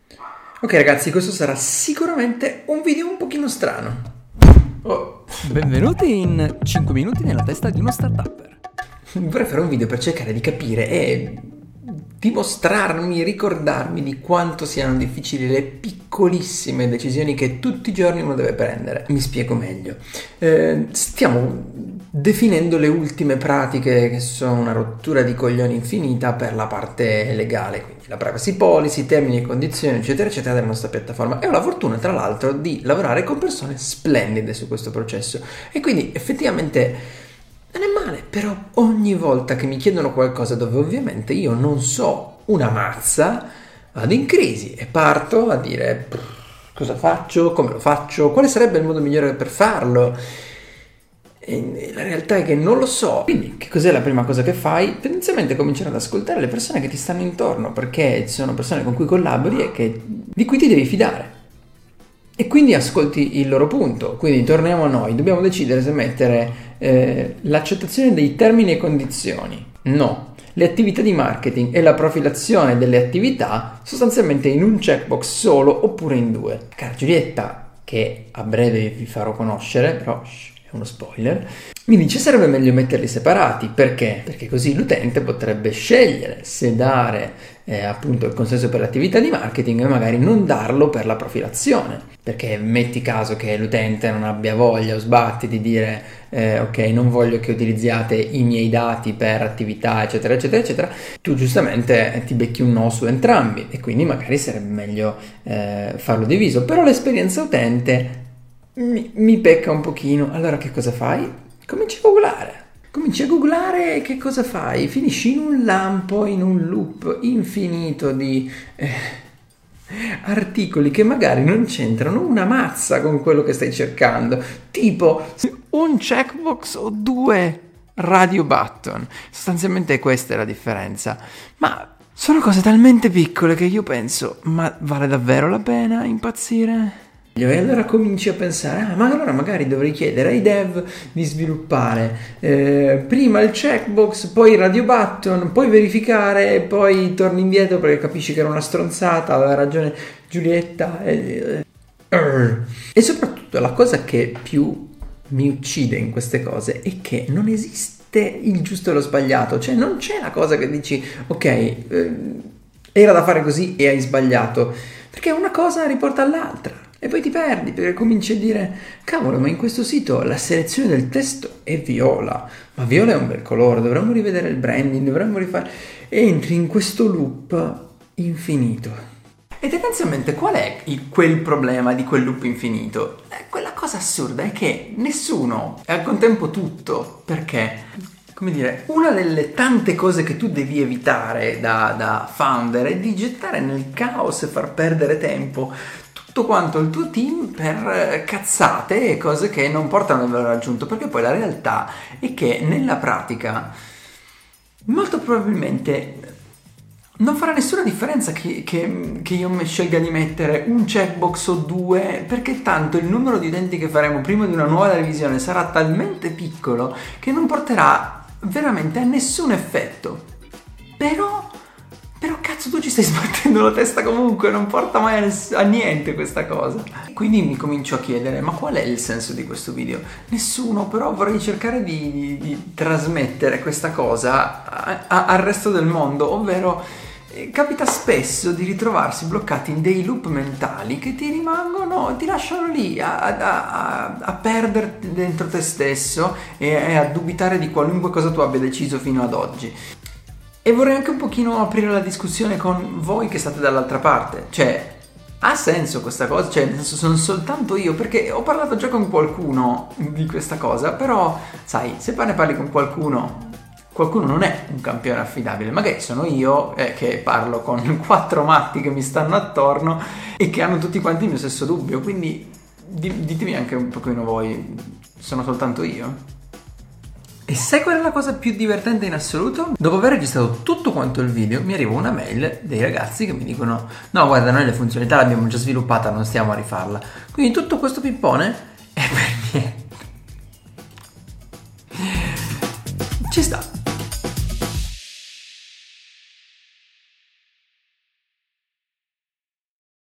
Ok ragazzi, questo sarà sicuramente un video un pochino strano. Benvenuti in 5 minuti nella testa di uno startupper. Vorrei fare un video per cercare di capire e dimostrarmi, ricordarmi di quanto siano difficili le piccolissime decisioni che tutti i giorni uno deve prendere. Mi spiego meglio. Stiamo definendo le ultime pratiche che sono una rottura di coglioni infinita per la parte legale, quindi la privacy policy, termini e condizioni, eccetera, eccetera, della nostra piattaforma. E ho la fortuna, tra l'altro, di lavorare con persone splendide su questo processo. E quindi effettivamente non è male, però ogni volta che mi chiedono qualcosa dove ovviamente io non so una mazza, vado in crisi e parto a dire cosa faccio, come lo faccio, quale sarebbe il modo migliore per farlo. E la realtà è che non lo so. Quindi che cos'è la prima cosa che fai? Tendenzialmente cominciare ad ascoltare le persone che ti stanno intorno, perché sono persone con cui collabori e di cui ti devi fidare. E quindi ascolti il loro punto. Quindi torniamo a noi, dobbiamo decidere se mettere l'accettazione dei termini e condizioni, no, le attività di marketing e la profilazione delle attività sostanzialmente in un checkbox solo oppure in due. Cara Giulietta, che a breve vi farò conoscere, però è uno spoiler, mi dice sarebbe meglio metterli separati. Perché? Perché così l'utente potrebbe scegliere se dare appunto il consenso per l'attività di marketing e magari non darlo per la profilazione. Perché metti caso che l'utente non abbia voglia o sbatti di dire ok, non voglio che utilizziate i miei dati per attività eccetera eccetera eccetera, tu giustamente ti becchi un no su entrambi e quindi magari sarebbe meglio farlo diviso. Però l'esperienza utente mi pecca un pochino. Allora che cosa fai? Cominci a googlare e che cosa fai? Finisci in un lampo, in un loop infinito di articoli che magari non c'entrano una mazza con quello che stai cercando, tipo un checkbox o due radio button. Sostanzialmente questa è la differenza, ma sono cose talmente piccole che io penso, ma vale davvero la pena impazzire? E allora cominci a pensare, ma allora magari dovrei chiedere ai dev di sviluppare prima il checkbox, poi il radio button, poi verificare e poi torni indietro perché capisci che era una stronzata, aveva ragione Giulietta. E soprattutto la cosa che più mi uccide in queste cose è che non esiste il giusto e lo sbagliato, cioè non c'è la cosa che dici ok, era da fare così e hai sbagliato, perché una cosa riporta all'altra. E poi ti perdi perché cominci a dire cavolo, ma in questo sito la selezione del testo è viola, ma viola è un bel colore, dovremmo rivedere il branding, dovremmo rifare. E entri in questo loop infinito. E tendenzialmente qual è quel problema di quel loop infinito? Quella cosa assurda è che nessuno è al contempo tutto. Perché? Come dire, una delle tante cose che tu devi evitare da founder è di gettare nel caos e far perdere tempo tutto quanto il tuo team per cazzate e cose che non portano al valore aggiunto, perché poi la realtà è che nella pratica molto probabilmente non farà nessuna differenza che io mi scelga di mettere un checkbox o due, perché tanto il numero di utenti che faremo prima di una nuova revisione sarà talmente piccolo che non porterà veramente a nessun effetto. Però cazzo, tu ci stai sbattendo la testa comunque, non porta mai a niente questa cosa. Quindi mi comincio a chiedere, ma qual è il senso di questo video? Nessuno, però vorrei cercare di trasmettere questa cosa al resto del mondo, ovvero capita spesso di ritrovarsi bloccati in dei loop mentali che ti rimangono, ti lasciano lì a perderti dentro te stesso e a dubitare di qualunque cosa tu abbia deciso fino ad oggi. E vorrei anche un pochino aprire la discussione con voi che state dall'altra parte. Cioè, ha senso questa cosa? Cioè, nel senso, sono soltanto io? Perché ho parlato già con qualcuno di questa cosa, però, sai, se ne parli con qualcuno non è un campione affidabile. Magari sono io che parlo con 4 matti che mi stanno attorno e che hanno tutti quanti il mio stesso dubbio. Quindi ditemi anche un pochino voi, sono soltanto io? E sai qual è la cosa più divertente in assoluto? Dopo aver registrato tutto quanto il video mi arriva una mail dei ragazzi che mi dicono no guarda, noi le funzionalità l'abbiamo già sviluppata, non stiamo a rifarla. Quindi tutto questo pippone è per niente. Ci sta.